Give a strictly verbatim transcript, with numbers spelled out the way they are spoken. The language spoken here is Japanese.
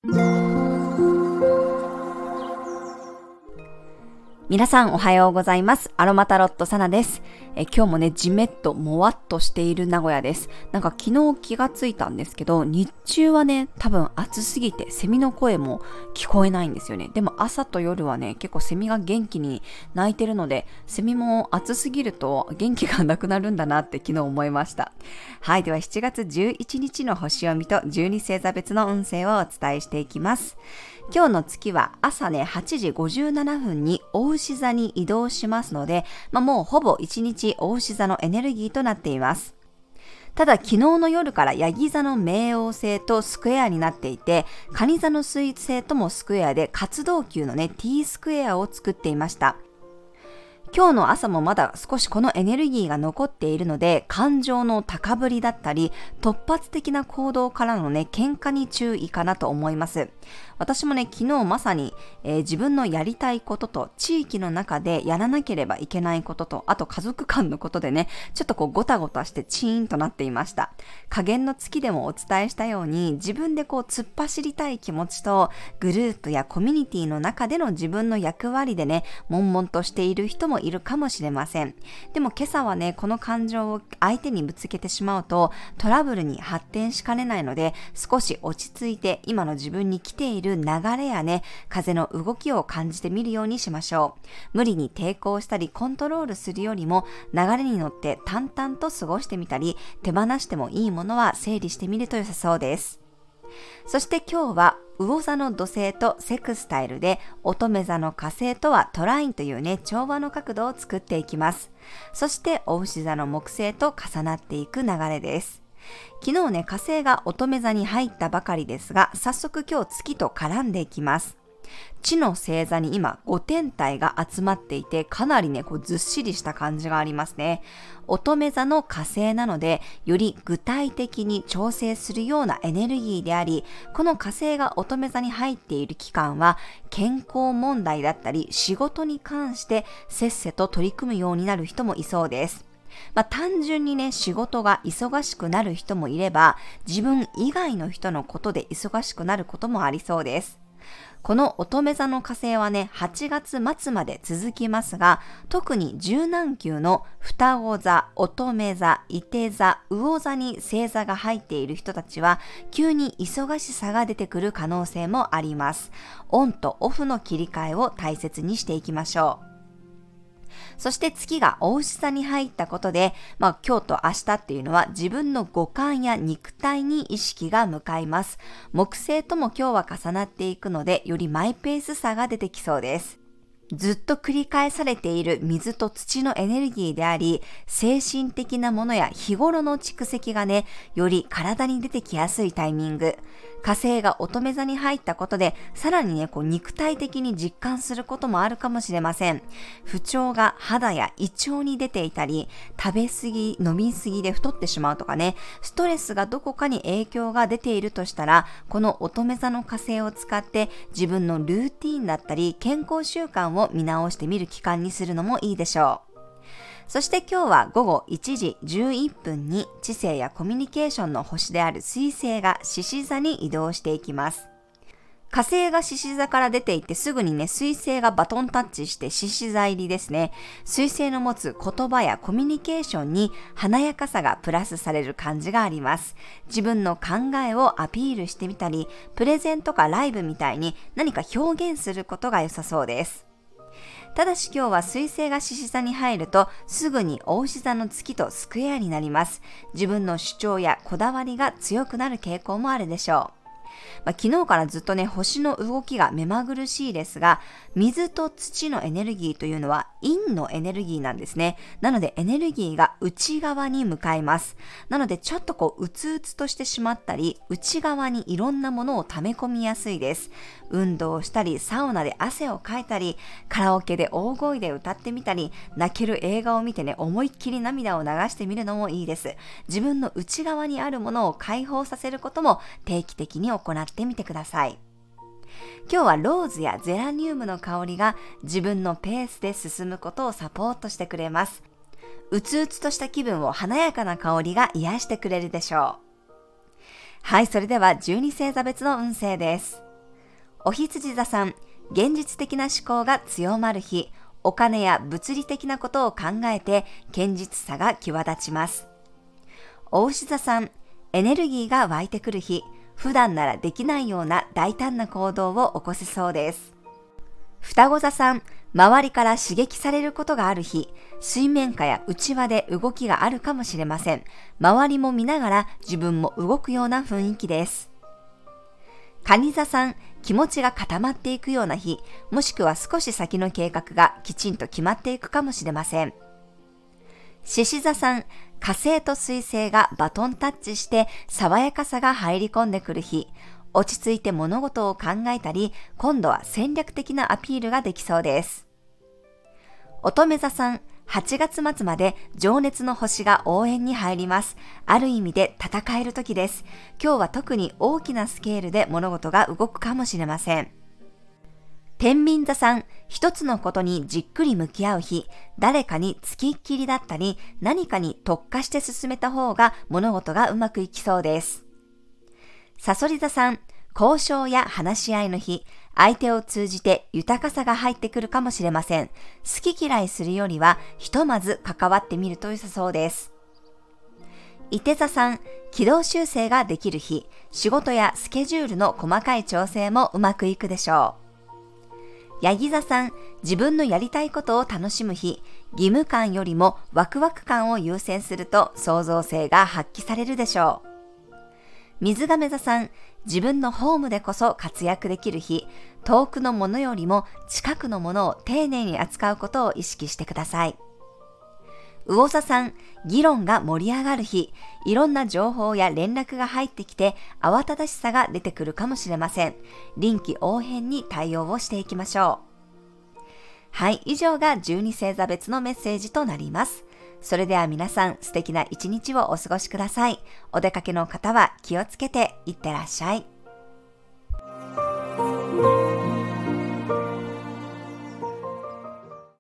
皆さんおはようございます。アロマタロットサナです。え今日もね、じめっともわっとしている名古屋です。なんか昨日気がついたんですけど、日中はね、多分暑すぎてセミの声も聞こえないんですよね。でも朝と夜はね、結構セミが元気に鳴いてるので、セミも暑すぎると元気がなくなるんだなって昨日思いました。はい、ではしちがつじゅういちにちの星読みとじゅうに星座別の運勢をお伝えしていきます。今日の月は朝ねはちじごじゅうななふんに牡牛座に移動しますので、まあ、もうほぼ一日牡牛座のエネルギーとなっています。ただ昨日の夜からヤギ座の冥王星とスクエアになっていて、蟹座の水星ともスクエアで活動級のね T スクエアを作っていました。今日の朝もまだ少しこのエネルギーが残っているので、感情の高ぶりだったり突発的な行動からのね喧嘩に注意かなと思います。私もね昨日まさに、えー、自分のやりたいことと地域の中でやらなければいけないことと、あと家族間のことでねちょっとこうゴタゴタしてチーンとなっていました。下限の月でもお伝えしたように、自分でこう突っ走りたい気持ちとグループやコミュニティの中での自分の役割でね悶々としている人もいるかもしれません。でも今朝はねこの感情を相手にぶつけてしまうとトラブルに発展しかねないので、少し落ち着いて今の自分に来ている流れやね風の動きを感じてみるようにしましょう。無理に抵抗したりコントロールするよりも、流れに乗って淡々と過ごしてみたり、手放してもいいものは整理してみると良さそうです。そして今日は魚座の土星とセクスタイルで、乙女座の火星とはトラインというね調和の角度を作っていきます。そして牡牛座の木星と重なっていく流れです。昨日ね火星が乙女座に入ったばかりですが、早速今日月と絡んでいきます。地の星座に今ご天体が集まっていて、かなりねこうずっしりした感じがありますね。乙女座の火星なので、より具体的に調整するようなエネルギーであり、この火星が乙女座に入っている期間は健康問題だったり仕事に関してせっせと取り組むようになる人もいそうです。まあ、単純にね仕事が忙しくなる人もいれば、自分以外の人のことで忙しくなることもありそうです。この乙女座の火星はねはちがつまつまで続きますが、特に十何宮の双子座、乙女座、射手座、魚座に星座が入っている人たちは急に忙しさが出てくる可能性もあります。オンとオフの切り替えを大切にしていきましょう。そして月が牡牛座に入ったことで、まあ今日と明日っていうのは自分の五感や肉体に意識が向かいます。木星とも今日は重なっていくので、よりマイペースさが出てきそうです。ずっと繰り返されている水と土のエネルギーであり、精神的なものや日頃の蓄積がね、より体に出てきやすいタイミング。火星が乙女座に入ったことで、さらにね、こう肉体的に実感することもあるかもしれません。不調が肌や胃腸に出ていたり、食べ過ぎ、飲み過ぎで太ってしまうとかね、ストレスがどこかに影響が出ているとしたら、この乙女座の火星を使って自分のルーティーンだったり健康習慣を見直してみる期間にするのもいいでしょう。そして今日はごごいちじじゅういっぷんに知性やコミュニケーションの星である水星が獅子座に移動していきます。火星が獅子座から出ていってすぐにね水星がバトンタッチして獅子座入りですね。水星の持つ言葉やコミュニケーションに華やかさがプラスされる感じがあります。自分の考えをアピールしてみたり、プレゼンとかライブみたいに何か表現することが良さそうです。ただし今日は水星が獅子座に入るとすぐに牡牛座の月とスクエアになります。自分の主張やこだわりが強くなる傾向もあるでしょう。まあ、昨日からずっとね星の動きが目まぐるしいですが、水と土のエネルギーというのは陰のエネルギーなんですね。なのでエネルギーが内側に向かいます。なのでちょっとこううつうつとしてしまったり、内側にいろんなものを溜め込みやすいです。運動をしたり、サウナで汗をかいたり、カラオケで大声で歌ってみたり、泣ける映画を見てね思いっきり涙を流してみるのもいいです。自分の内側にあるものを解放させることも定期的に行ってみてください。今日はローズやゼラニウムの香りが自分のペースで進むことをサポートしてくれます。うつうつとした気分を華やかな香りが癒してくれるでしょう。はい、それではじゅうに星座別の運勢です。 お羊座さん、現実的な思考が強まる日、お金や物理的なことを考えて堅実さが際立ちます。お牛座さん、エネルギーが湧いてくる日、普段ならできないような大胆な行動を起こせそうです。双子座さん、周りから刺激されることがある日、水面下や内輪で動きがあるかもしれません。周りも見ながら自分も動くような雰囲気です。蟹座さん、気持ちが固まっていくような日、もしくは少し先の計画がきちんと決まっていくかもしれません。獅子座さん、火星と水星がバトンタッチして爽やかさが入り込んでくる日、落ち着いて物事を考えたり、今度は戦略的なアピールができそうです。乙女座さん、はちがつ末まで情熱の星が応援に入ります。ある意味で戦える時です。今日は特に大きなスケールで物事が動くかもしれません。天秤座さん、一つのことにじっくり向き合う日、誰かにつきっきりだったり、何かに特化して進めた方が物事がうまくいきそうです。蠍座さん、交渉や話し合いの日、相手を通じて豊かさが入ってくるかもしれません。好き嫌いするよりは、ひとまず関わってみると良さそうです。射手座さん、軌道修正ができる日、仕事やスケジュールの細かい調整もうまくいくでしょう。ヤギ座さん、自分のやりたいことを楽しむ日、義務感よりもワクワク感を優先すると創造性が発揮されるでしょう。水亀座さん、自分のホームでこそ活躍できる日、遠くのものよりも近くのものを丁寧に扱うことを意識してください。魚座さん、議論が盛り上がる日、いろんな情報や連絡が入ってきて慌ただしさが出てくるかもしれません。臨機応変に対応をしていきましょう。はい、以上がじゅうに星座別のメッセージとなります。それでは皆さん、素敵な一日をお過ごしください。お出かけの方は気をつけていってらっしゃい。